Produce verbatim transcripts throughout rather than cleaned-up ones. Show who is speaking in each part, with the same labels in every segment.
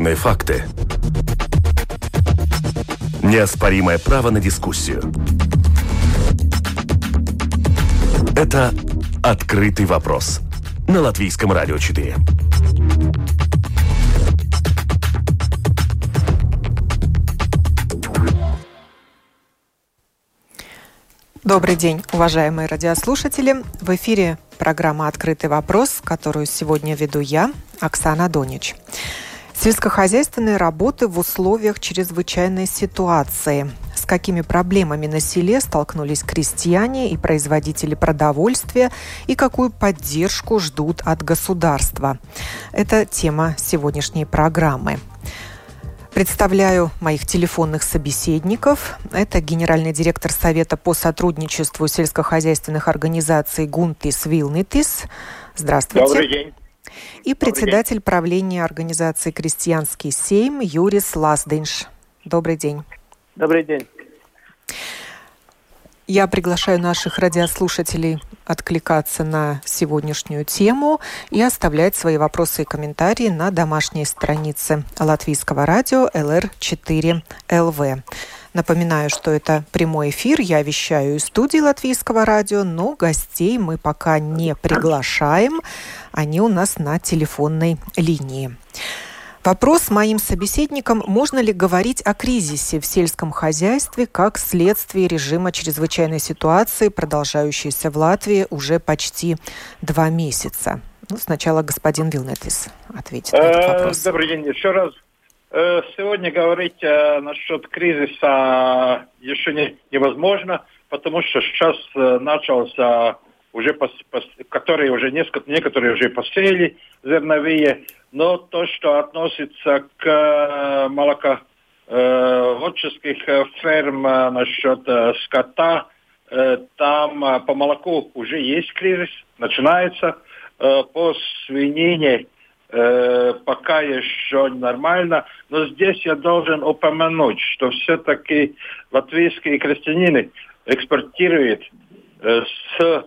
Speaker 1: Объективные факты. Неоспоримое право на дискуссию. Это «Открытый вопрос» на Латвийском радио четыре.
Speaker 2: Добрый день, уважаемые радиослушатели. В эфире программа «Открытый вопрос», которую сегодня веду я, Оксана Донич. Сельскохозяйственные работы в условиях чрезвычайной ситуации. С какими проблемами на селе столкнулись крестьяне и производители продовольствия, и какую поддержку ждут от государства. Это тема сегодняшней программы. Представляю моих телефонных собеседников. Это генеральный директор Совета по сотрудничеству сельскохозяйственных организаций Гунтис Вилнитис. Здравствуйте.
Speaker 3: Добрый день.
Speaker 2: И председатель правления организации «Крестьянский Сейм» Юрис Лаздинш. Добрый день.
Speaker 3: Добрый день.
Speaker 2: Я приглашаю наших радиослушателей откликаться на сегодняшнюю тему и оставлять свои вопросы и комментарии на домашней странице Латвийского радио эл эр четыре эл ви. Напоминаю, что это прямой эфир. Я вещаю из студии Латвийского радио, но гостей мы пока не приглашаем. Они у нас на телефонной линии. Вопрос моим собеседникам: можно ли говорить о кризисе в сельском хозяйстве как следствие режима чрезвычайной ситуации, продолжающейся в Латвии уже почти два месяца? Ну, сначала господин Вилнитис ответит на этот вопрос.
Speaker 3: Добрый день еще раз. Сегодня говорить насчет кризиса еще не, невозможно, потому что сейчас начался уже, пос, пос, которые уже несколько, некоторые уже посеяли зерновые, но то, что относится к молоководческих ферм насчет скота, там по молоку уже есть кризис, начинается, по свинине Э, пока еще нормально, но здесь я должен упомянуть, что все-таки латвийские крестьяне экспортируют э, с э,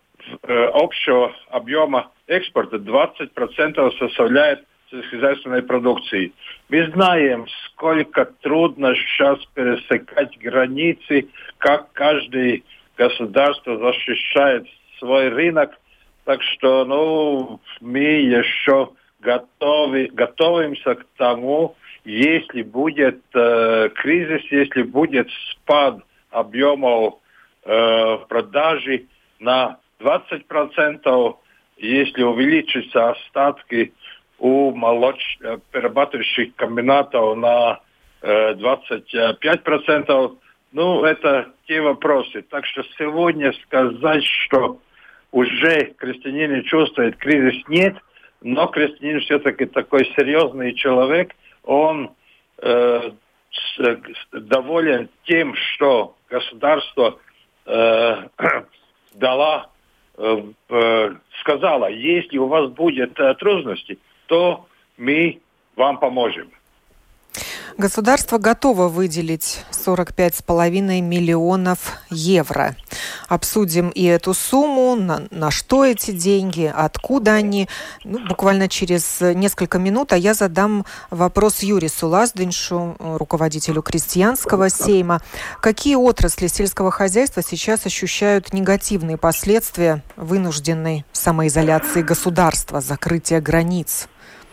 Speaker 3: общего объема экспорта двадцать процентов составляет сельскохозяйственной продукции. Мы знаем, сколько трудно сейчас пересекать границы, как каждое государство защищает свой рынок, так что ну, мы еще Готовы, готовимся к тому, если будет э, кризис, если будет спад объемов э, продажи на двадцать процентов, если увеличатся остатки у молоч... перерабатывающих комбинатов на э, двадцать пять процентов, ну, это те вопросы. Так что сегодня сказать, что уже крестьяне чувствуют, кризис нет, но крестьянин все-таки такой серьезный человек, он э, с, доволен тем, что государство э, дала, э, э, сказала, если у вас будут э, трудности, то мы вам поможем.
Speaker 2: Государство готово выделить сорок пять с половиной миллионов евро. Обсудим и эту сумму, на, на что эти деньги, откуда они. Ну, буквально через несколько минут, а я задам вопрос Юрису Лаздиншу, руководителю Крестьянского Сейма. Какие отрасли сельского хозяйства сейчас ощущают негативные последствия вынужденной самоизоляции государства, закрытия границ?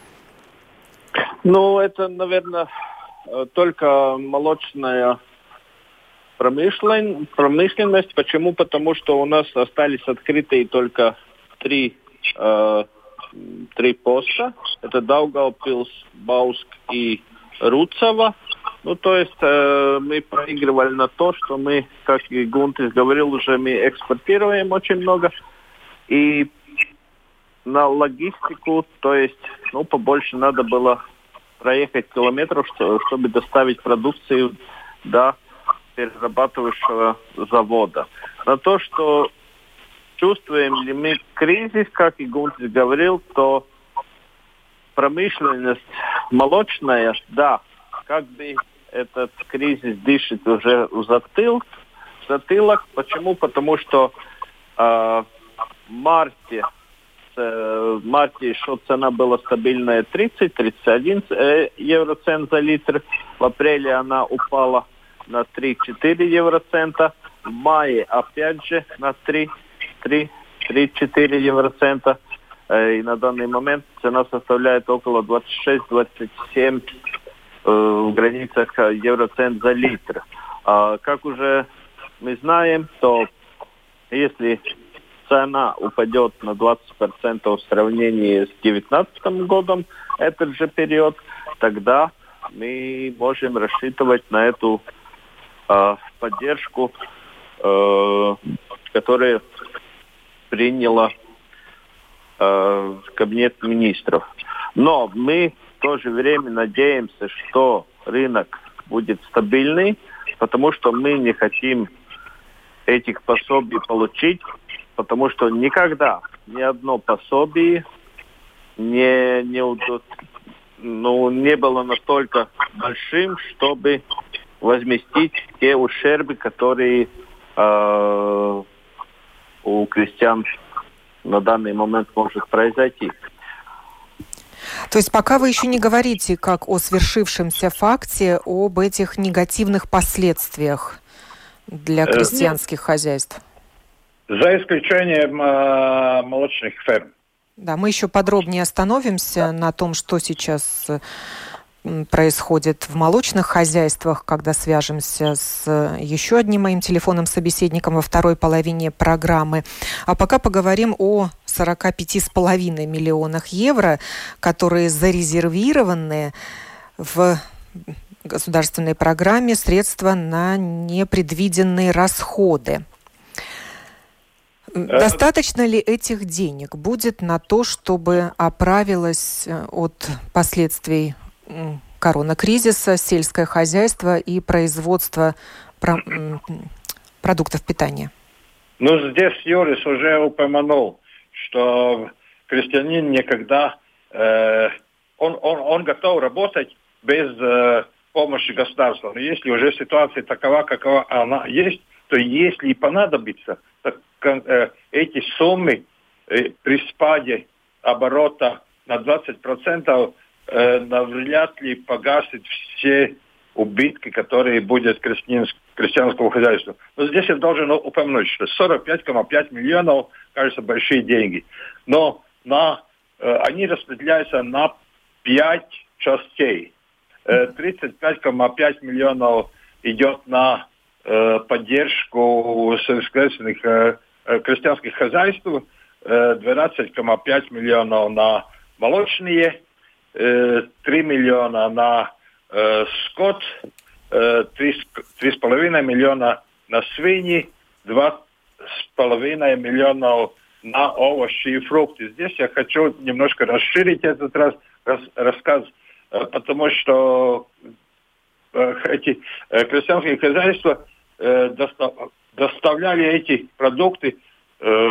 Speaker 4: Ну, это, наверное, только молочная промышленность. Почему? Потому что у нас остались открытые только три, э, три поста. Это Даугавпилс, Бауск и Руцава. Ну, то есть э, мы проигрывали на то, что мы, как и Гунтис говорил, уже мы экспортируем очень много. И на логистику, то есть, ну, побольше надо было проехать километров, чтобы доставить продукцию до перерабатывающего завода. На то, что чувствуем ли мы кризис, как и Гунтис говорил, то промышленность молочная, да, как бы этот кризис дышит уже в затылок. В затылок. Почему? Потому что э, в марте в марте еще цена была стабильная тридцать - тридцать один евроцент за литр. В апреле она упала на три - четыре евроцента. В мае опять же на три - четыре евроцента. И на данный момент цена составляет около двадцать шесть - двадцать семь в границах евроцент за литр. А как уже мы знаем, то если цена упадет на двадцать процентов в сравнении с две тысячи девятнадцатым годом, этот же период, тогда мы можем рассчитывать на эту э, поддержку, э, которую приняла э, Кабинет министров. Но мы в то же время надеемся, что рынок будет стабильный, потому что мы не хотим этих пособий получить, потому что никогда ни одно пособие не, не, ну, не было настолько большим, чтобы возместить те ущербы, которые э, у крестьян на данный момент может произойти.
Speaker 2: То есть пока вы еще не говорите как о свершившемся факте, об этих негативных последствиях для крестьянских хозяйств?
Speaker 3: За исключением э, молочных ферм.
Speaker 2: Да, мы еще подробнее остановимся на том, что сейчас происходит в молочных хозяйствах, когда свяжемся с еще одним моим телефонным собеседником во второй половине программы. А пока поговорим о сорока пяти с половиной миллионах евро, которые зарезервированы в государственной программе «Средства на непредвиденные расходы». Достаточно ли этих денег будет на то, чтобы оправилось от последствий коронакризиса сельское хозяйство и производство продуктов питания?
Speaker 3: Ну, здесь Юрис уже упомянул, что крестьянин никогда, э, он, он, он готов работать без э, помощи государства. Но если уже ситуация такова, какова она есть, то если понадобится, то э, эти суммы э, при спаде оборота на двадцать процентов э, навряд ли погасит все убытки, которые будут крестьянскому хозяйству. Но здесь я должен упомянуть, что сорок пять целых пять миллионов, кажется, большие деньги. Но на, э, они распределяются на пять частей. Э, тридцать пять целых пять миллионов идет на э, поддержку сельскохозяйственных э, крестьянских хозяйств, э, двенадцать целых пять миллионов на молочные, э, три миллиона на э, скот, три с половиной миллиона на свиньи, два с половиной миллиона на овощи и фрукты. Здесь я хочу немножко расширить этот раз, рас, рассказ, потому что э, эти э, крестьянские хозяйства э, достав, доставляли эти продукты э,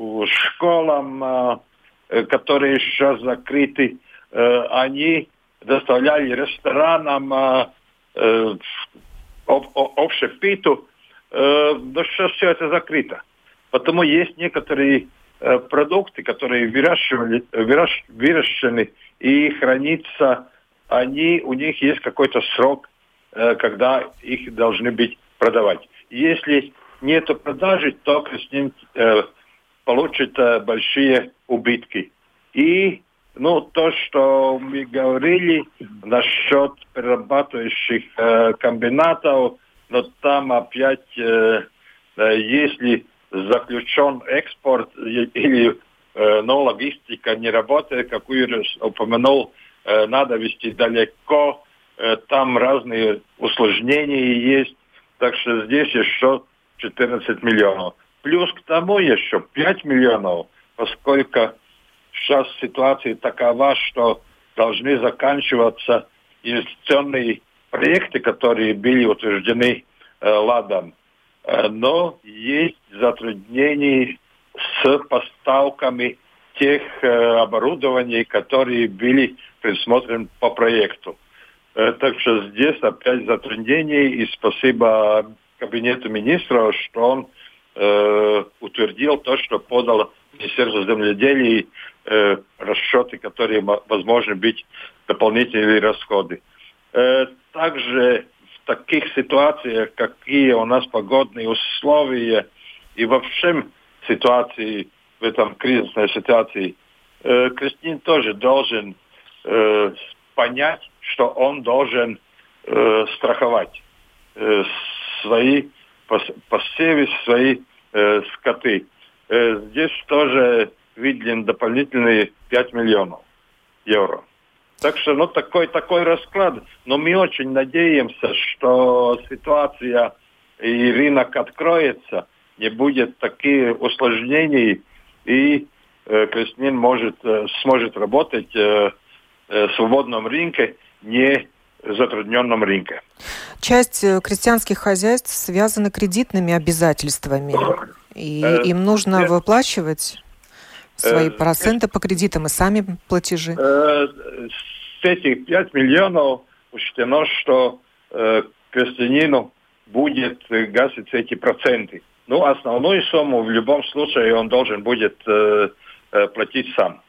Speaker 3: школам, э, которые сейчас закрыты, э, они доставляли ресторанам, э, э, об, общепиту, э, но сейчас все это закрыто. Потому есть некоторые э, продукты, которые выращивали, выращ, выращены и хранятся, они, у них есть какой-то срок, э, когда их должны быть продавать. Если нет продажи, то крестьян э, получит э, большие убытки. И ну, то, что мы говорили насчет перерабатывающих э, комбинатов, но там опять, э, э, если заключен экспорт или э, ну, логистика не работает, как Юрис упомянул, э, надо везти далеко, э, там разные усложнения есть, так что здесь еще четырнадцать миллионов. Плюс к тому еще пять миллионов, поскольку сейчас ситуация такова, что должны заканчиваться инвестиционные проекты, которые были утверждены э, ЛАДом. Э, но есть затруднения с поставками тех э, оборудований, которые были предусмотрены по проекту. Э, так что здесь опять затруднения, и спасибо Кабинету министров, что он э, утвердил то, что подал Министерства земледелия э, расчеты, которые возможны быть дополнительные расходы. Э, также в таких ситуациях, какие у нас погодные условия и вообще ситуации в этом кризисной ситуации, э, крестьянин тоже должен э, понять, что он должен э, страховать э, свои посевы, свои э, скоты. Э, здесь тоже виден дополнительные пять миллионов евро. Так что, ну, такой, такой расклад. Но мы очень надеемся, что ситуация и рынок откроется, не будет таких усложнений, и э, крестьянин может, э, сможет работать э, э, в свободном рынке, не в затрудненном рынке.
Speaker 2: Часть крестьянских хозяйств связаны кредитными обязательствами, и э, им нужно э, выплачивать свои э, проценты по кредитам и сами платежи.
Speaker 3: Э, с этих пяти миллионов учтено, что э, крестьянину будет гасить эти проценты. Ну, основную сумму в любом случае он должен будет э, э, платить сам.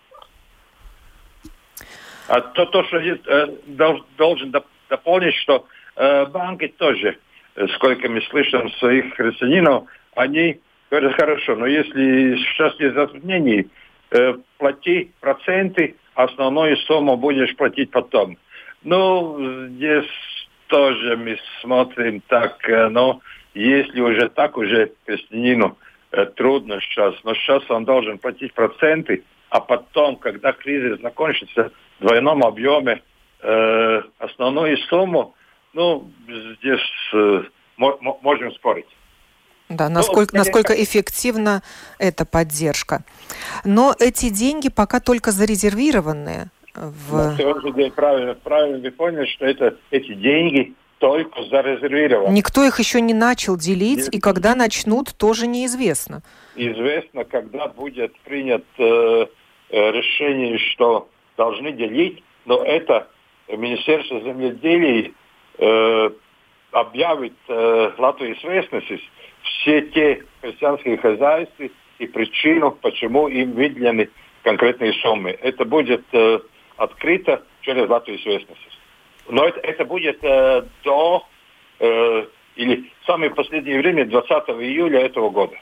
Speaker 3: А то, то что я э, должен дополнить, что э, банки тоже, э, сколько мы слышим своих крестьянинов, они говорят, хорошо, но если сейчас есть затруднения, э, плати проценты, основную сумму будешь платить потом. Ну, здесь тоже мы смотрим так, э, но если уже так, уже крестьянину э, трудно сейчас, но сейчас он должен платить проценты, а потом, когда кризис закончится, в двойном объеме э, основную сумму, ну, здесь э, мо- можем спорить.
Speaker 2: Да, насколько, ну, насколько эффективна эта поддержка. Но эти деньги пока только зарезервированные. В...
Speaker 3: На сегодняшний день правильно, правильно вы поняли, что это, эти деньги только зарезервированы.
Speaker 2: Никто их еще не начал делить, и когда начнут, тоже неизвестно.
Speaker 3: Известно, когда будет принято э, решение, что должны делить, но это Министерство земледелия э, объявит э, Латвии свестности все те крестьянские хозяйства и причину, почему им выделены конкретные суммы. Это будет э, открыто через Латвию свестности. Но это, это будет э, до, э, или в самое последнее время, двадцатого июля этого года.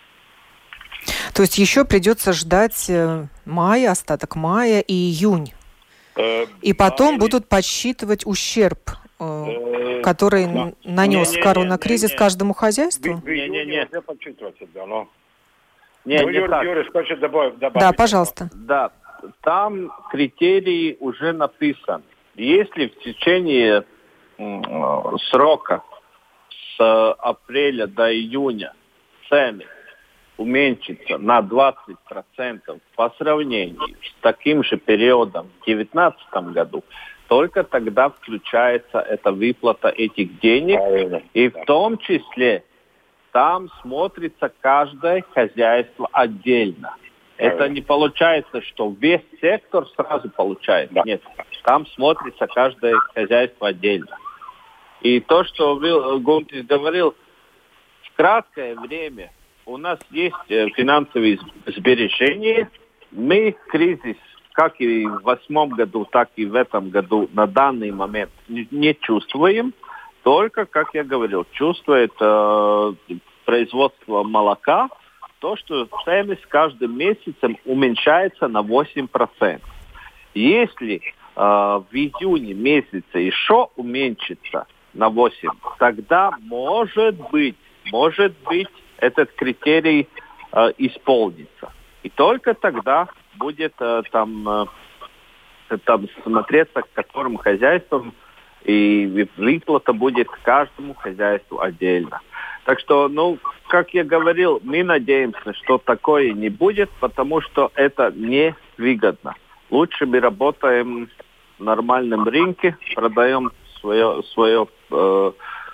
Speaker 2: То есть еще придется ждать мая, остаток мая и июнь. Э, и потом да, будут подсчитывать ущерб, э, который да. нанес не, не, коронакризис не, не, каждому хозяйству?
Speaker 3: Не, не, не. Не подсчитываться, да, но...
Speaker 4: Не,
Speaker 3: ну,
Speaker 4: не
Speaker 3: Юр,
Speaker 4: так.
Speaker 3: Юрий хочет добавить.
Speaker 2: Да, пожалуйста.
Speaker 4: Да, там критерии уже написаны. Если в течение м, срока с апреля до июня цены уменьшатся на двадцать процентов по сравнению с таким же периодом в две тысячи девятнадцатом году, только тогда включается эта выплата этих денег. Правильно. И в том числе там смотрится каждое хозяйство отдельно. Это не получается, что весь сектор сразу получает. Да. Нет, там смотрится каждое хозяйство отдельно. И то, что Гунтис говорил, в краткое время у нас есть финансовые сбережения. Мы кризис, как и в восьмом году, так и в этом году, на данный момент не чувствуем. Только, как я говорил, чувствует э, производство молока, то, что цены с каждым месяцем уменьшается на восемь процентов. Если э, в июне месяце еще уменьшится на восемь процентов, тогда может быть, может быть, этот критерий э, исполнится. И только тогда будет э, там, э, там смотреться, к которым хозяйствам, и выплата будет к каждому хозяйству отдельно. Так что, ну, как я говорил, мы надеемся, что такое не будет, потому что это невыгодно. Лучше мы работаем в нормальном рынке, продаем свое, свое э,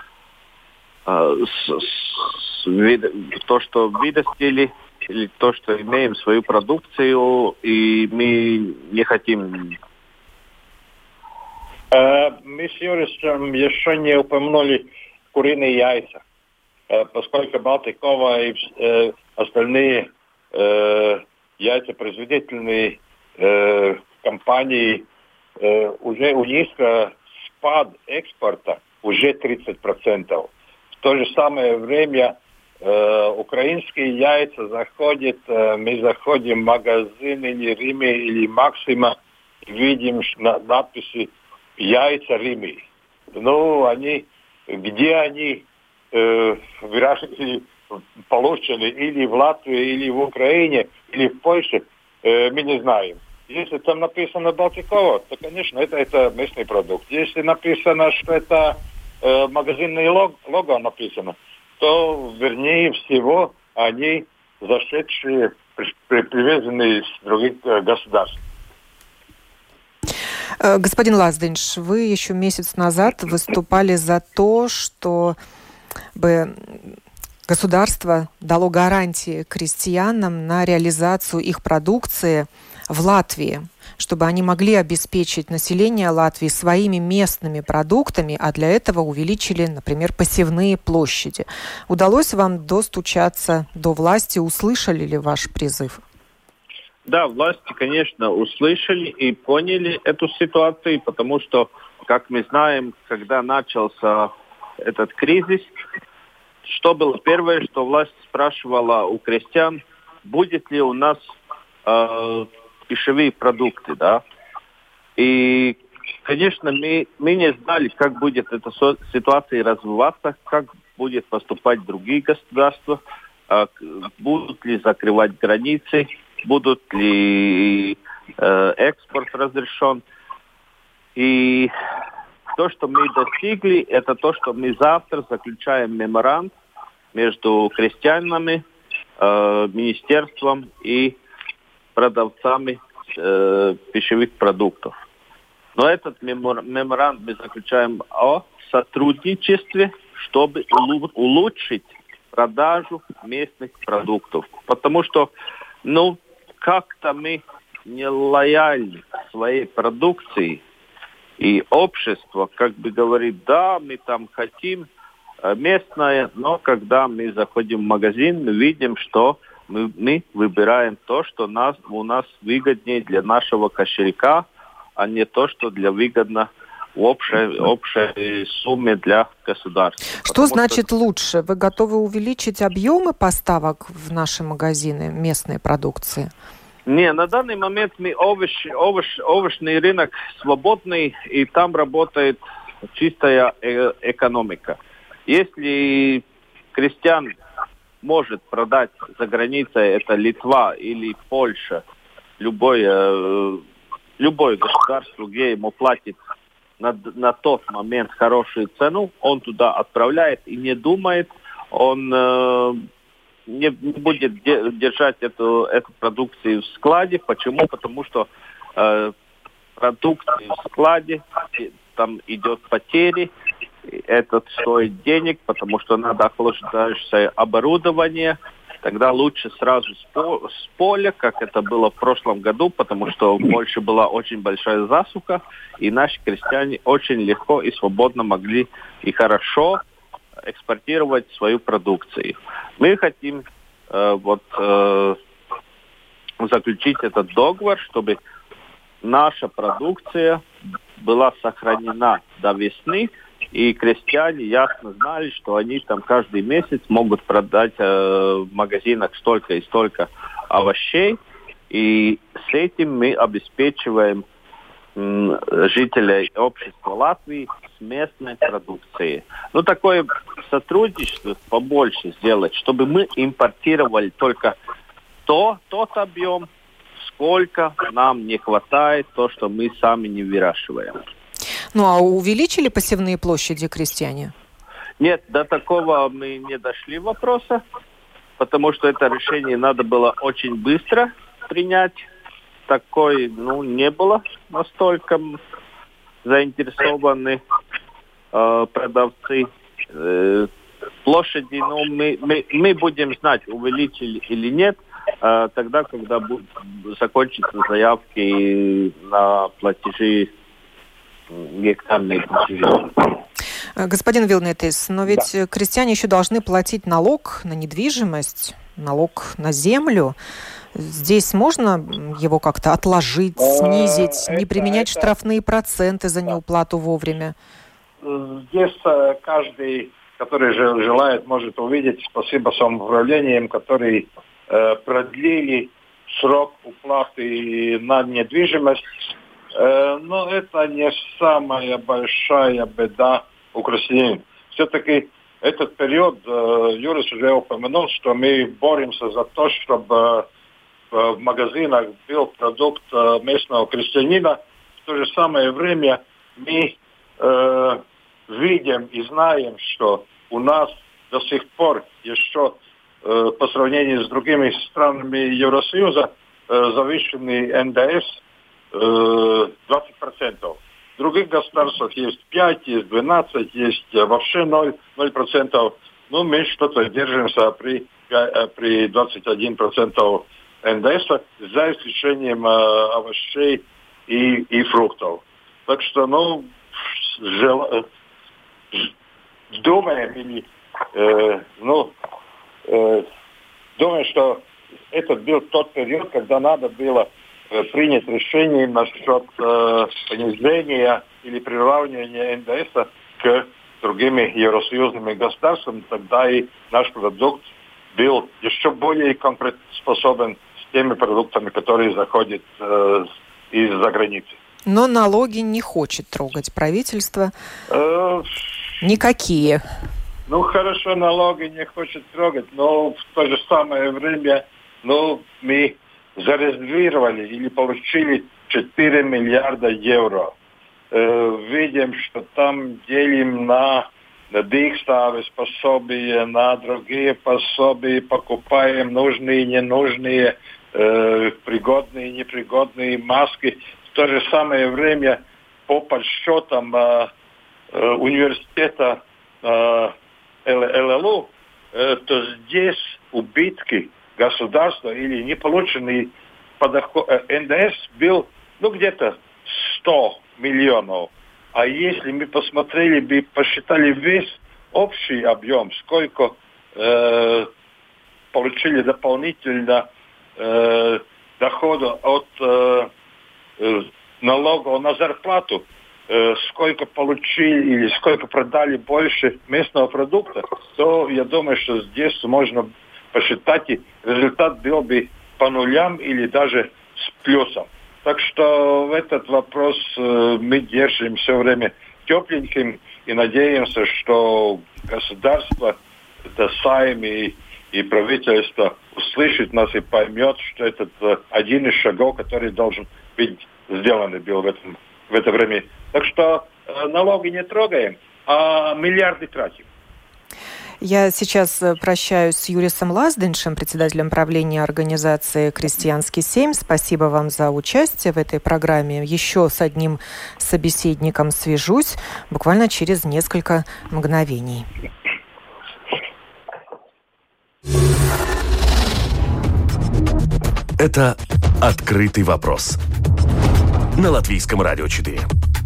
Speaker 4: э, с, с, вид, то, что вырастили, или то, что имеем свою продукцию, и мы не хотим...
Speaker 3: Мы с Юристом еще не упомянули куриные яйца, поскольку Балтикова и остальные яйцепроизводительные э, компании, э, уже у них э, спад экспорта уже тридцать процентов. В то же самое время э, украинские яйца заходят, э, мы заходим в магазин или Риме, или Максима, видим на, надписи «Яйца Риме». Ну, они, где они э, выращивали, получены или в Латвии, или в Украине, или в Польше, э, мы не знаем. Если там написано Балтикова, то, конечно, это, это местный продукт. Если написано, что это э, магазинный лог, лого написано, то, вернее всего, они зашедшие, при, при, привезенные из других э, государств.
Speaker 2: Господин Лазденш, вы еще месяц назад выступали за то, что бы государство дало гарантии крестьянам на реализацию их продукции в Латвии, чтобы они могли обеспечить население Латвии своими местными продуктами, а для этого увеличили, например, посевные площади. Удалось вам достучаться до власти? Услышали ли ваш призыв?
Speaker 4: Да, власти, конечно, услышали и поняли эту ситуацию, потому что, как мы знаем, когда начался этот кризис, что было первое, что власть спрашивала у крестьян, будет ли у нас э, пищевые продукты, да. И, конечно, мы, мы не знали, как будет эта ситуация развиваться, как будет поступать другие государства, э, будут ли закрывать границы, будут ли э, экспорт разрешен. И то, что мы достигли, это то, что мы завтра заключаем меморандум между крестьянами, э, министерством и продавцами э, пищевых продуктов. Но этот меморандум мы заключаем о сотрудничестве, чтобы улучшить продажу местных продуктов. Потому что, ну, как-то мы не лояльны к своей продукции, и общество как бы говорит, да, мы там хотим местное, но когда мы заходим в магазин, мы видим, что мы, мы выбираем то, что нас, у нас выгоднее для нашего кошелька, а не то, что для выгодно в общей, общей сумме для государства.
Speaker 2: Что
Speaker 4: Потому
Speaker 2: значит
Speaker 4: что...
Speaker 2: лучше? Вы готовы увеличить объемы поставок в наши магазины местной продукции?
Speaker 4: Не, на данный момент мы овощ, овощ, овощный рынок свободный, и там работает чистая э- экономика. Если крестьян может продать за границей, это Литва или Польша, любое, э- любое государство, где ему платит на, на тот момент хорошую цену, он туда отправляет и не думает, он... Э- не будет держать эту, эту продукцию в складе. Почему? Потому что э, продукция в складе, там идет потери, это стоит денег, потому что надо охлаждающее оборудование. Тогда лучше сразу с, по, с поля, как это было в прошлом году, потому что в Польше была очень большая засуха, и наши крестьяне очень легко и свободно могли и хорошо экспортировать свою продукцию. Мы хотим э, вот э, заключить этот договор, чтобы наша продукция была сохранена до весны, и крестьяне ясно знали, что они там каждый месяц могут продать э, в магазинах столько и столько овощей, и с этим мы обеспечиваем м, жителей общества Латвии с местной продукцией. Ну, такое сотрудничество побольше сделать, чтобы мы импортировали только то, тот объем, сколько нам не хватает, то, что мы сами не выращиваем.
Speaker 2: Ну, а увеличили посевные площади крестьяне?
Speaker 4: Нет, до такого мы не дошли вопроса, потому что это решение надо было очень быстро принять. Такой, ну, не было настолько заинтересованы э, продавцы. Э, площади, ну, мы, мы, мы будем знать, увеличили или нет, э, тогда, когда будут закончатся заявки на платежи, гектарные платежи.
Speaker 2: Господин Вилнетис, но ведь
Speaker 3: да.
Speaker 2: крестьяне еще должны платить налог на недвижимость, налог на землю. Здесь можно его как-то отложить, снизить, не применять это... штрафные проценты за неуплату вовремя?
Speaker 3: Здесь каждый, который желает, может увидеть, спасибо самоуправлениям, которые э, продлили срок уплаты на недвижимость. Э, но это не самая большая беда у крестьян. Все-таки этот период, э, Юрис уже упомянул, что мы боремся за то, чтобы э, в магазинах был продукт э, местного крестьянина. В то же самое время мы э, видим и знаем, что у нас до сих пор еще э, по сравнению с другими странами Евросоюза э, завышенный эн дэ эс э, двадцать процентов. В других государствах есть пять, есть двенадцать, есть вообще ноль процентов. Ну, мы что-то держимся при, при двадцать один процент эн дэ эс, за исключением э, овощей и, и фруктов. Так что, ну, жел... думаем, или, э, ну, э, думаю, что это был тот период, когда надо было э, принять решение насчет э, понижения или приравнивания эн дэ эс к другим евросоюзным государствам. Тогда и наш продукт был еще более конкурентоспособен с теми продуктами, которые заходят э, из-за границы.
Speaker 2: Но налоги не хочет трогать правительство.
Speaker 3: Э,
Speaker 2: Никакие.
Speaker 3: Ну, хорошо, налоги не хочет трогать, но в то же самое время, ну, мы зарезервировали или получили четыре миллиарда евро. Э, видим, что там делим на, на дикставы пособия, на другие пособия, покупаем нужные, ненужные, э, пригодные, непригодные маски. В то же самое время по подсчетам э, э, университета э, эл эл у, э, то здесь убытки государства или неполученный подоход, э, эн дэ эс был ну, где-то сто миллионов. А если мы посмотрели бы, посчитали весь общий объем, сколько э, получили дополнительно э, дохода от э, налогов на зарплату, э, сколько получили или сколько продали больше местного продукта, то я думаю, что здесь можно посчитать, и результат был бы по нулям или даже с плюсом. Так что в этот вопрос э, мы держим все время тепленьким и надеемся, что государство, это Сайм и, и правительство услышит нас и поймет, что это э, один из шагов, который должен быть сделаны был в, этом, в это время. Так что э, налоги не трогаем, а миллиарды тратим.
Speaker 2: Я сейчас прощаюсь с Юрисом Лазденшем, председателем правления организации «Крестьянский семь». Спасибо вам за участие в этой программе. Еще с одним собеседником свяжусь буквально через несколько мгновений.
Speaker 1: Это «Открытый вопрос» на Латвийском радио четыре.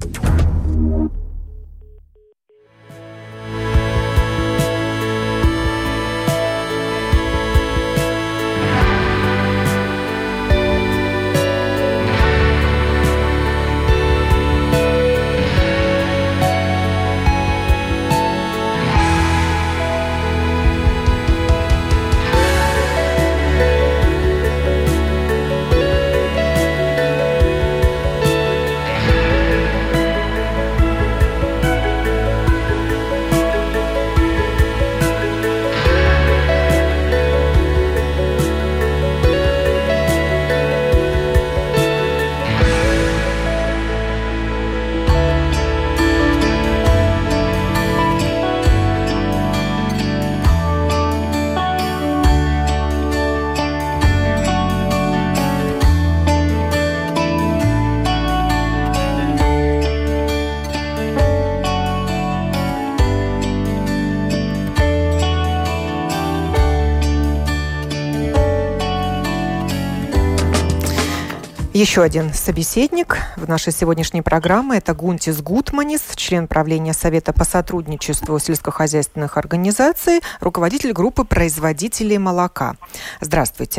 Speaker 2: Еще один собеседник в нашей сегодняшней программе – это Гунтис Гутманис, член правления Совета по сотрудничеству сельскохозяйственных организаций, руководитель группы производителей молока. Здравствуйте.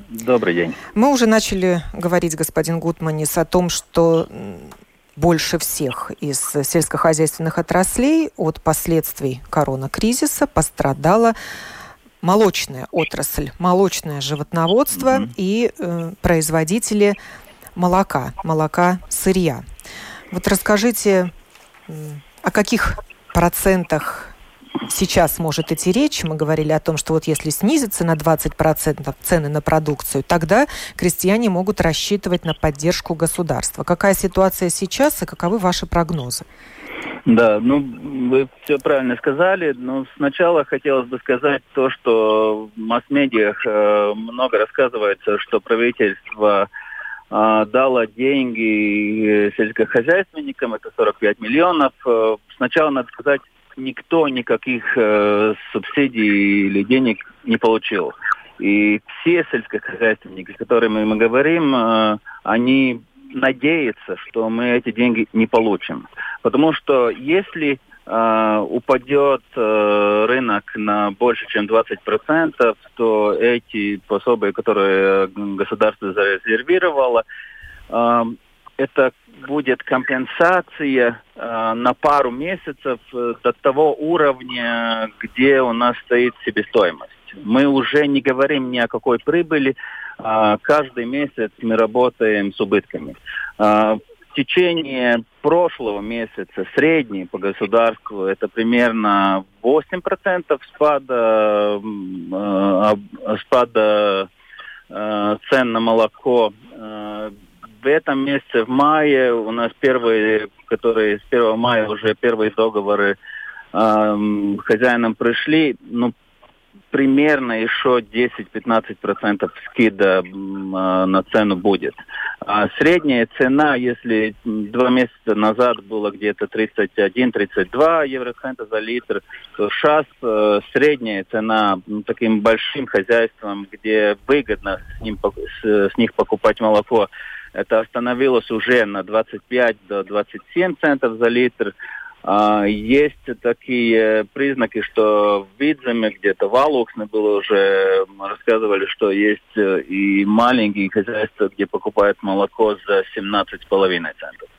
Speaker 5: Добрый день.
Speaker 2: Мы уже начали говорить, господин Гутманис, о том, что больше всех из сельскохозяйственных отраслей от последствий коронакризиса пострадала молочная отрасль, молочное животноводство mm-hmm. и э, производители молока, молока сырья. Вот расскажите, о каких процентах сейчас может идти речь? Мы говорили о том, что вот если снизится на двадцать процентов цены на продукцию, тогда крестьяне могут рассчитывать на поддержку государства. Какая ситуация сейчас и каковы ваши прогнозы?
Speaker 5: Да, ну, вы все правильно сказали, но сначала хотелось бы сказать то, что в масс-медиах э, много рассказывается, что правительство э, дало деньги сельскохозяйственникам, это сорок пять миллионов. Э, сначала надо сказать, никто никаких э, субсидий или денег не получил. И все сельскохозяйственники, с которыми мы говорим, э, они надеются, что мы эти деньги не получим. Потому что если э, упадет э, рынок на больше, чем двадцать процентов, то эти пособия, которые государство зарезервировало, э, это будет компенсация э, на пару месяцев до того уровня, где у нас стоит себестоимость. Мы уже не говорим ни о какой прибыли. Э, каждый месяц мы работаем с убытками. Э, в течение прошлого месяца средний по государству это примерно восемь процентов спада, э, спада э, цен на молоко. Э, В этом месяце, в мае, у нас первые, которые с первого мая уже первые договоры э, хозяинам пришли, ну, примерно еще десять-пятнадцать процентов скида э, на цену будет. А средняя цена, если два месяца назад было где-то тридцать один - тридцать два евроцента за литр, то сейчас э, средняя цена ну, таким большим хозяйствам, где выгодно с, ним, с, с них покупать молоко, это остановилось уже на двадцать пять до двадцати семи центов за литр. А, есть такие признаки, что в Видземе, где-то в Алуксне было уже, рассказывали, что есть и маленькие хозяйства, где покупают молоко за семнадцать с половиной центов.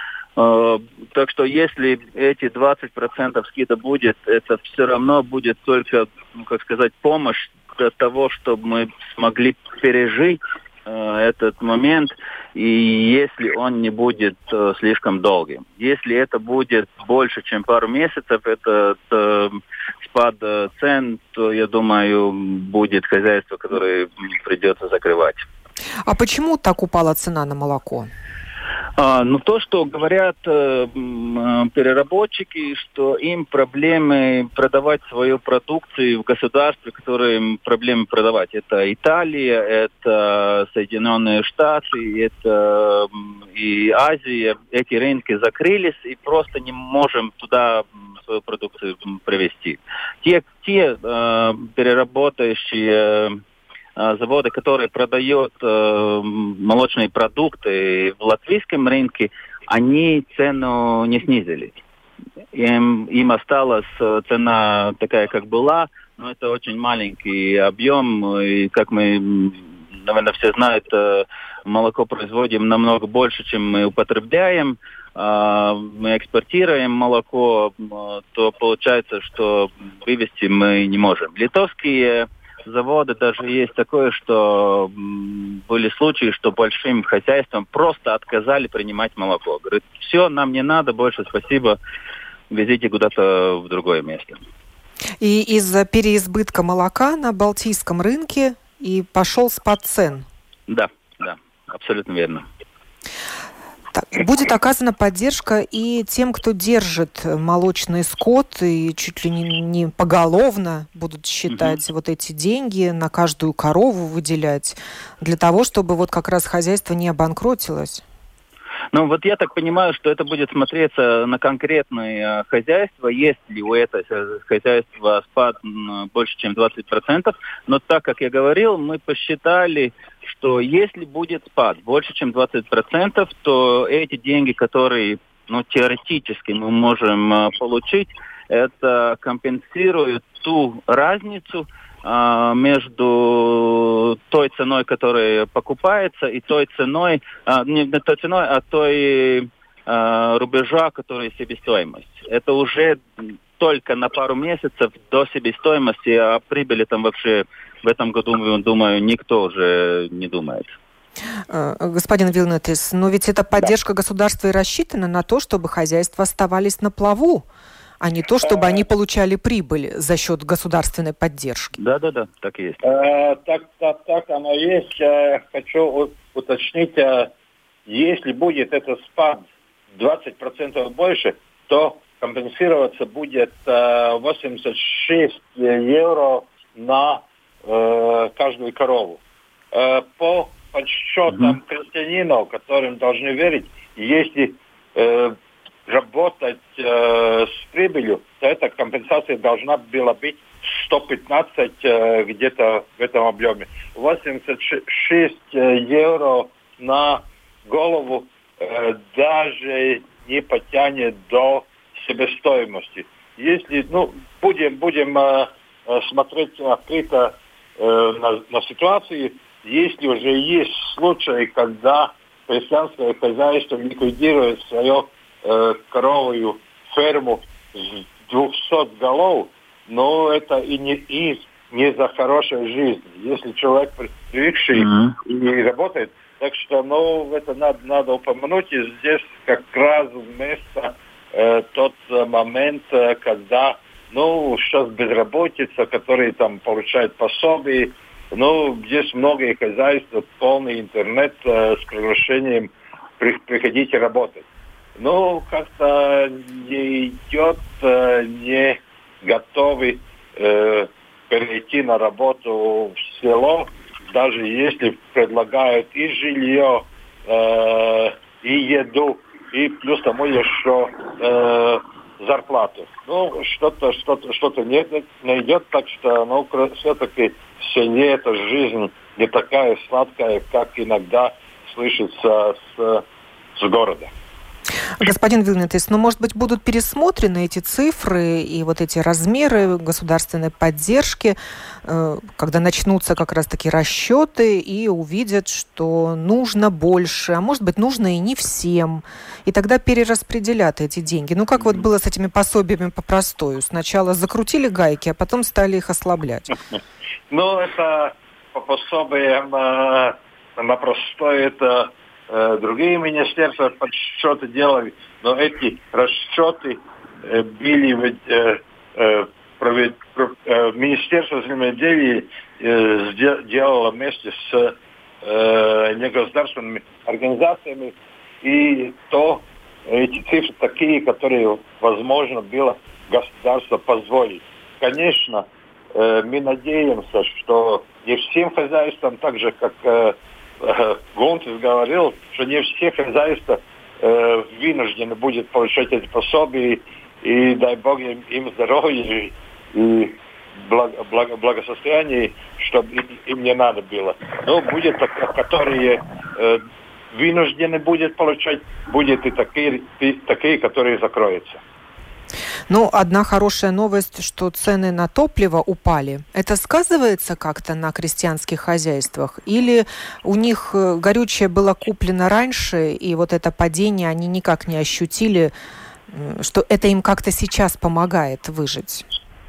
Speaker 5: А, так что если эти двадцать процентов скидка будет, это все равно будет только, ну, как сказать, помощь для того, чтобы мы смогли пережить этот момент, и если он не будет э, слишком долгим. Если это будет больше, чем пару месяцев, этот э, спад э, цен, то, я думаю, будет хозяйство, которое придется закрывать.
Speaker 2: А почему так упала цена на молоко?
Speaker 5: А, ну, то, что говорят э, переработчики, что им проблемы продавать свою продукцию в государстве, которые им проблемы продавать. Это Италия, это Соединенные Штаты, это э, и Азия. Эти рынки закрылись, и просто не можем туда свою продукцию привезти. Те, те э, переработающие заводы, которые продают э, молочные продукты в латвийском рынке, они цену не снизили. Им, им осталась цена такая, как была, но это очень маленький объем. И, как мы, наверное, все знают, молоко производим намного больше, чем мы употребляем. Мы экспортируем молоко, то получается, что вывести мы не можем. Литовские заводы даже есть такое, что были случаи, что большим хозяйствам просто отказали принимать молоко. Говорят, все, нам не надо, больше спасибо, везите куда-то в другое место.
Speaker 2: И из-за переизбытка молока на балтийском рынке и пошел спад цен.
Speaker 5: Да, да, абсолютно верно.
Speaker 2: Так, будет оказана поддержка и тем, кто держит молочный скот, и чуть ли не, не поголовно будут считать угу. вот эти деньги, на каждую корову выделять, для того, чтобы вот как раз хозяйство не обанкротилось.
Speaker 5: Ну, вот я так понимаю, что это будет смотреться на конкретное хозяйство, если у этого хозяйства спад больше, чем двадцать процентов. Но так, как я говорил, мы посчитали, что если будет спад больше, чем двадцать процентов, то эти деньги, которые, ну, теоретически мы можем получить, это компенсирует ту разницу а, между той ценой, которая покупается, и той ценой, а, не той ценой, а той а, рубежа, который себестоимость. Это уже только на пару месяцев до себестоимости, а прибыли там вообще в этом году, думаю, никто уже не думает.
Speaker 2: Господин Вилнетис, но ведь эта поддержка да. государства и рассчитана на то, чтобы хозяйства оставались на плаву, а не то, чтобы они получали прибыль за счет государственной поддержки.
Speaker 5: Да, да, да, так и есть.
Speaker 3: Э, так, так, так оно есть. Э, хочу уточнить, э, если будет этот спад двадцать процентов больше, то компенсироваться будет э, восемьдесят шесть евро на э, каждую корову. Э, по подсчетам mm-hmm. крестьянинов, которым должны верить, если э, работать э, с прибылью, то эта компенсация должна была быть сто пятнадцать э, где-то в этом объеме. восемьдесят шесть евро на голову э, даже не потянет до себестоимости. Если, ну, будем, будем э, смотреть открыто э, на, на ситуацию, если уже есть случаи, когда крестьянское хозяйство ликвидирует свою э, коровую ферму с двухсот голов, но это и не, и не за хорошую жизнь. Если человек привыкший mm-hmm. и работает, так что, ну, это надо, надо упомянуть, и здесь как раз вместо э, тот момент, когда, ну, сейчас безработица, которые там получают пособие. Ну, здесь многие хозяйства, полный интернет э, с приглашением при, приходите работать. Ну, как-то не идет, э, не готовы э, перейти на работу в село, даже если предлагают и жилье, э, и еду, и плюс тому еще э, зарплату. Ну, что-то, что-то, что-то не, не идет, так что, ну, все-таки в селе эта жизнь не такая сладкая, как иногда слышится с, с города.
Speaker 2: Господин Вилнетис, ну, может быть, будут пересмотрены эти цифры и вот эти размеры государственной поддержки, когда начнутся как раз-таки расчеты и увидят, что нужно больше, а может быть, нужно и не всем. И тогда перераспределят эти деньги. Ну, как вот было с этими пособиями по простою. Сначала закрутили гайки, а потом стали их ослаблять.
Speaker 3: Ну, это по пособиям на простой, это другие министерства подсчеты делали, но эти расчеты были э, э, провед... э, Министерство земледелия э, делало вместе с э, негосударственными организациями, и то эти цифры такие, которые возможно было государство позволить. Конечно, э, мы надеемся, что не всем хозяйствам, так же как э, Гунтис говорил, что не все хозяйства э, вынуждены будут получать эти пособия, и дай Бог им, им здоровья и благо, благо, благосостояния, чтобы им, им не надо было. Но будет, которые э, вынуждены будут получать, будет и такие, и такие, которые закроются.
Speaker 2: Ну, одна хорошая новость, что цены на топливо упали. Это сказывается как-то на крестьянских хозяйствах? Или у них горючее было куплено раньше, и вот это падение они никак не ощутили, что это им как-то сейчас помогает выжить?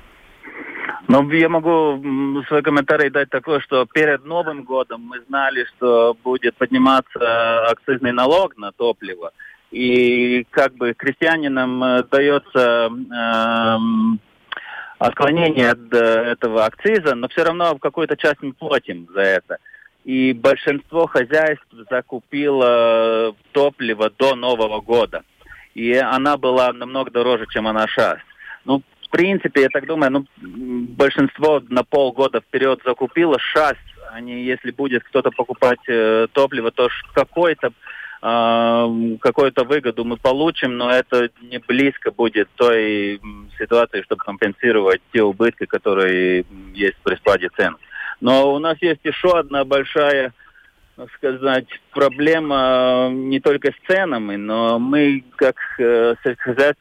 Speaker 5: Ну, я могу свой комментарий дать такой, что перед Новым годом мы знали, что будет подниматься акцизный налог на топливо. И как бы крестьянинам э, дается э, отклонение от э, этого акциза, но все равно в какую-то часть мы платим за это. И большинство хозяйств закупило топливо до Нового года. И она была намного дороже, чем она сейчас. Ну, в принципе, я так думаю, ну, большинство на полгода вперед закупило. Сейчас, они, если будет кто-то покупать э, топливо, то какой-то какую-то выгоду мы получим, но это не близко будет той ситуации, чтобы компенсировать те убытки, которые есть при спаде цен. Но у нас есть еще одна большая, так сказать, проблема не только с ценами, но мы, как э,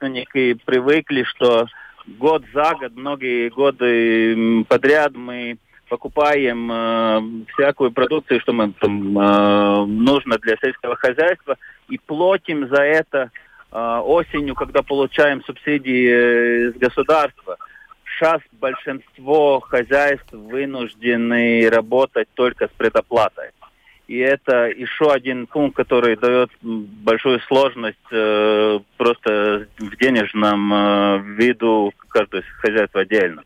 Speaker 5: сельскохозяйственники, привыкли, что год за год, многие годы подряд мы покупаем э, всякую продукцию, что мы там э, нужно для сельского хозяйства, и платим за это э, осенью, когда получаем субсидии из государства. Сейчас большинство хозяйств вынуждены работать только с предоплатой. И это еще один пункт, который дает большую сложность э, просто в денежном э, виду каждого хозяйства отдельно.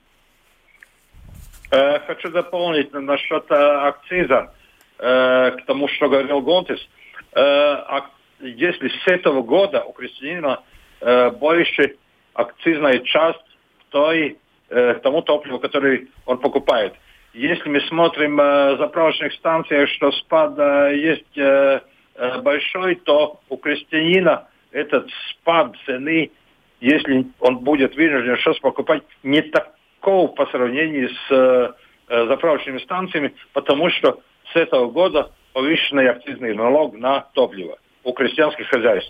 Speaker 3: Э, хочу дополнить насчет э, акциза э, к тому, что говорил Гунтис. Э, если с этого года у крестьянина э, больше акцизная часть к той, э, тому топливу, который он покупает. Если мы смотрим э, заправочных станциях, что спад э, есть э, э, большой, то у крестьянина этот спад цены, если он будет вынужден сейчас покупать, не такого по сравнению с э, э, заправочными станциями, потому что с этого года повышенный акцизный налог на топливо у крестьянских хозяйств.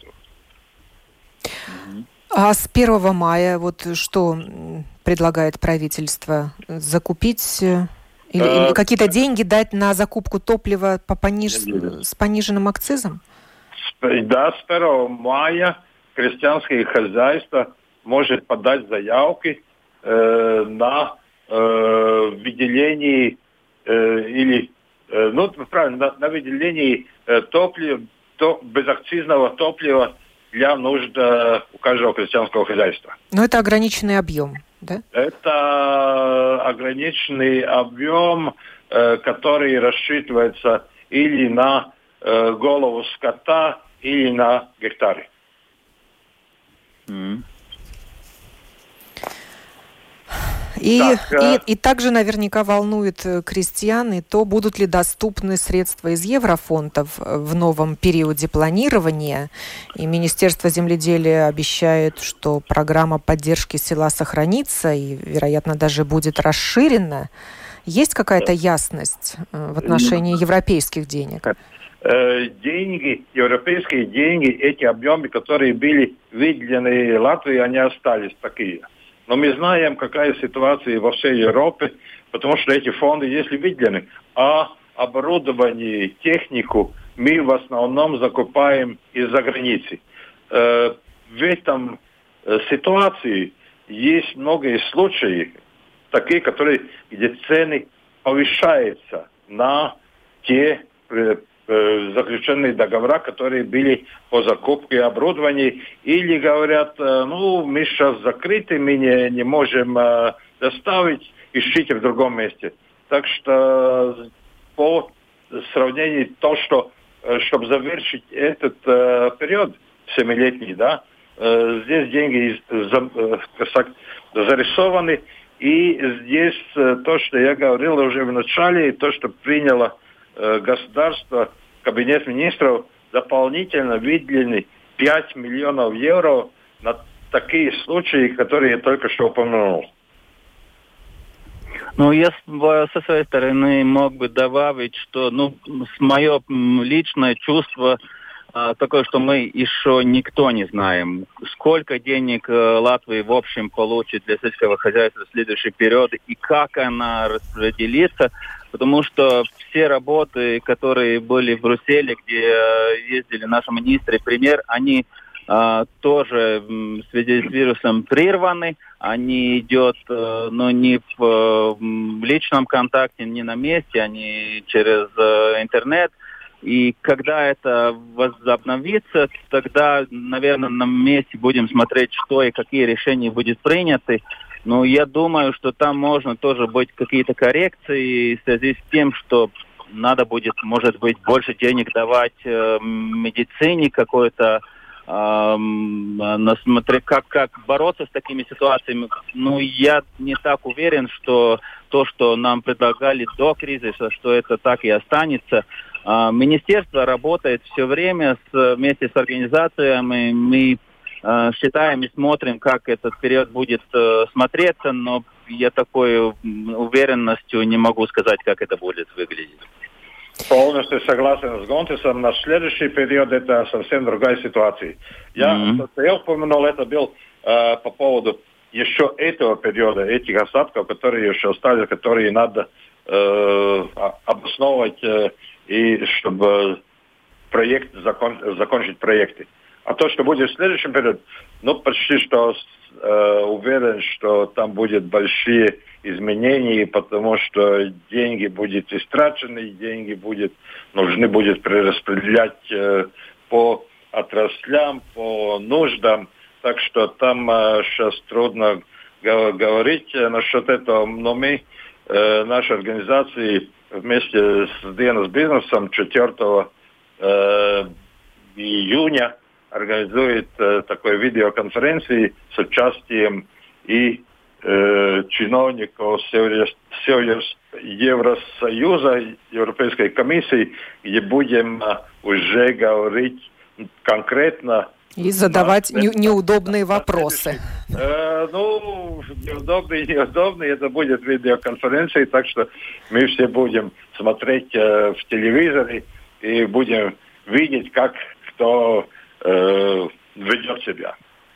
Speaker 2: А с первого мая вот что предлагает правительство? Закупить... Или, или какие-то деньги дать на закупку топлива по пониж... с пониженным акцизом?
Speaker 3: Да, с первого мая крестьянское хозяйство может подать заявки э, на э, выделение э, или э, ну правильно на, на выделение э, топлива, то, безакцизного топлива для нужд э, у каждого крестьянского хозяйства.
Speaker 2: Но это ограниченный объем. Да?
Speaker 3: Это ограниченный объем, э, который рассчитывается или на э, голову скота, или на гектары.
Speaker 5: Mm.
Speaker 2: И,
Speaker 3: так, э...
Speaker 2: и, и также наверняка волнует крестьян и то, будут ли доступны средства из еврофондов в новом периоде планирования. И Министерство земледелия обещает, что программа поддержки села сохранится и, вероятно, даже будет расширена. Есть какая-то ясность в отношении европейских денег?
Speaker 3: Деньги, европейские деньги, эти объемы, которые были выделены Латвии, они остались такие. Но мы знаем, какая ситуация во всей Европе, потому что эти фонды, если выделены, а оборудование, технику мы в основном закупаем из-за границы. Э, в этом э, ситуации есть многие случаи, такие, которые, где цены повышаются на те э, заключенные договора, которые были по закупке оборудования, или говорят, ну, мы сейчас закрыты, мы не, не можем э, доставить, ищите в другом месте. Так что по сравнению то, что, чтобы завершить этот э, период семилетний, да, э, здесь деньги за, э, зарисованы, и здесь э, то, что я говорил уже в начале, и то, что приняло государство, кабинет министров, дополнительно выделены пять миллионов евро на такие случаи, которые я только что упомянул.
Speaker 5: Ну, я со своей стороны мог бы добавить, что, ну, мое личное чувство а, такое, что мы еще никто не знаем, сколько денег Латвия в общем получит для сельского хозяйства в следующий период и как она распределится. Потому что все работы, которые были в Брюсселе, где ездили наши министры, премьер, они э, тоже в связи с вирусом прерваны. Они идут э, ну, не в, в личном контакте, не на месте, они через э, интернет. И когда это возобновится, тогда, наверное, на месте будем смотреть, что и какие решения будут приняты. Ну, я думаю, что там можно тоже быть какие-то коррекции в связи с тем, что надо будет, может быть, больше денег давать э, медицине какой-то, э, насмотреть, как, как бороться с такими ситуациями. Ну, я не так уверен, что то, что нам предлагали до кризиса, что это так и останется. Э, министерство работает все время с, вместе с организациями. Мы считаем и смотрим, как этот период будет э, смотреться, но я такой уверенностью не могу сказать, как это будет выглядеть.
Speaker 3: Полностью согласен с Гунтисом. На следующий период это совсем другая ситуация. Я, mm-hmm. я упомянул, это был э, по поводу еще этого периода, этих осадков, которые еще остались, которые надо э, обосновывать, э, и чтобы проект закон, закончить проекты. А то, что будет в следующем периоде, ну, почти что э, уверен, что там будут большие изменения, потому что деньги будут истрачены, деньги будет, нужны будет перераспределять э, по отраслям, по нуждам. Так что там э, сейчас трудно г- говорить э, насчет этого, но мы, э, нашей организации, вместе с ди эн эс бизнесом четвёртого э, июня организует э, такой видеоконференции с участием и э, чиновников Евросоюза, Европейской комиссии, где будем э, уже говорить конкретно
Speaker 2: и задавать на, не, неудобные на, вопросы.
Speaker 3: Э, ну, неудобные, неудобные, это будет видеоконференция, так что мы все будем смотреть э, в телевизоре и будем видеть, как кто э, ведет себя.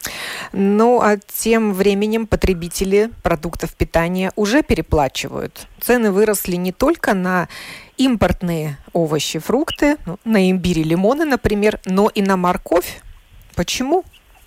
Speaker 2: Ну, а тем временем потребители продуктов питания уже переплачивают. Цены выросли не только на импортные овощи, фрукты, ну, на имбирь и лимоны, например, но и на морковь. Почему?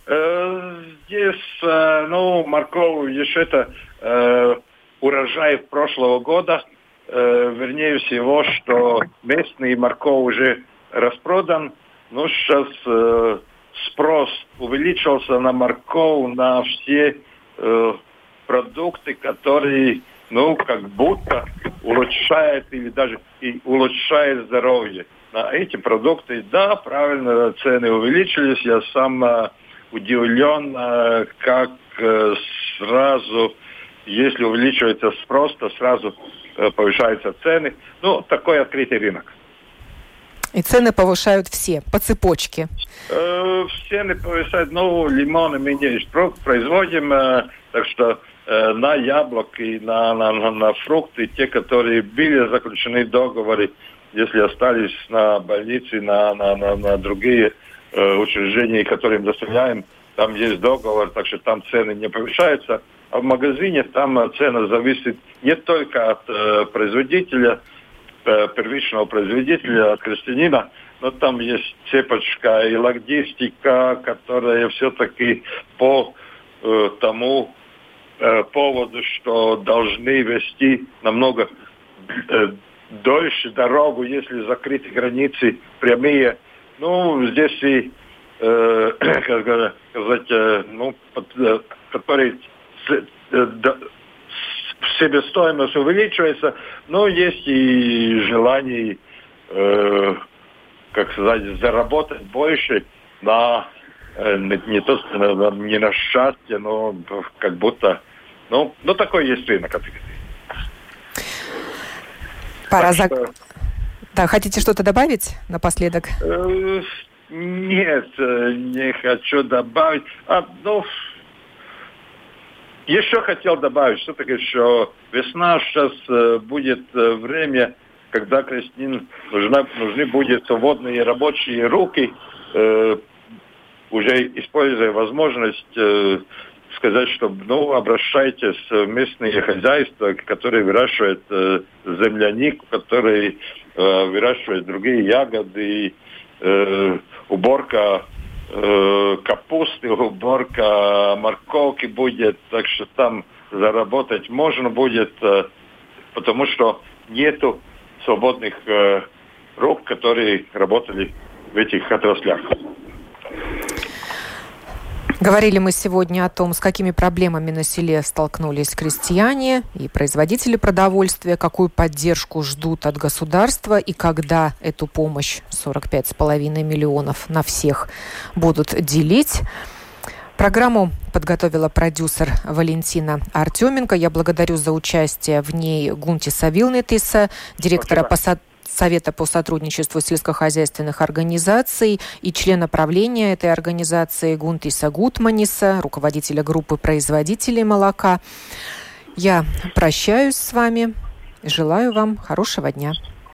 Speaker 3: Э, здесь, э, ну, морковь, еще это э, урожай прошлого года. Э, вернее всего, что местный морковь уже распродан. Ну, сейчас э, спрос увеличился на морковь, на все э, продукты, которые, ну, как будто улучшают или даже и улучшают здоровье. На эти продукты, да, правильно, цены увеличились. Я сам э, удивлен, э, как э, сразу, если увеличивается спрос, то сразу э, повышаются цены. Ну, такой открытый рынок.
Speaker 2: И цены повышают все, по цепочке.
Speaker 3: Э, цены повышают, ну, лимоны мы не производим, э, так что э, на яблоки, на, на, на, на фрукты, те, которые были заключены договоры, если остались на больнице, на, на, на, на другие э, учреждения, которые им доставляем, там есть договор, так что там цены не повышаются. А в магазине там цена зависит не только от э, производителя, э, первичного производителя, от крестьянина, но там есть цепочка и логистика, которая все-таки по э, тому э, поводу, что должны вести намного э, дольше дорогу, если закрыты границы прямые. Ну, здесь и, э, как сказать, э, ну, под, э, который с, э, да, себестоимость увеличивается, но есть и желание, э, как сказать, заработать больше на, э, не, то, не на счастье, но как будто, ну, ну такой есть рынок.
Speaker 2: Пора за... что... Да, хотите что-то добавить напоследок?
Speaker 3: Э, нет, не хочу добавить. А, ну, еще хотел добавить, все-таки, что весна сейчас э, будет э, время, когда крестьянин нужна, нужны будут свободные рабочие руки, э, уже используя возможность э, сказать, что, ну, обращайтесь в местные хозяйства, которые выращивают э, землянику, которые э, выращивают другие ягоды, э, уборка э, капусты, уборка морковки будет, так что там заработать можно будет, э, потому что нету свободных э, рук, которые работали в этих отраслях.
Speaker 2: Говорили мы сегодня о том, с какими проблемами на селе столкнулись крестьяне и производители продовольствия, какую поддержку ждут от государства и когда эту помощь, сорок пять с половиной миллионов, на всех будут делить. Программу подготовила продюсер Валентина Артеменко. Я благодарю за участие в ней Гунтиса Вилнетиса, директора по Совета по сотрудничеству сельскохозяйственных организаций и члена правления этой организации Гунтиса Гутманиса, руководителя группы производителей молока. Я прощаюсь с вами. Желаю вам хорошего дня.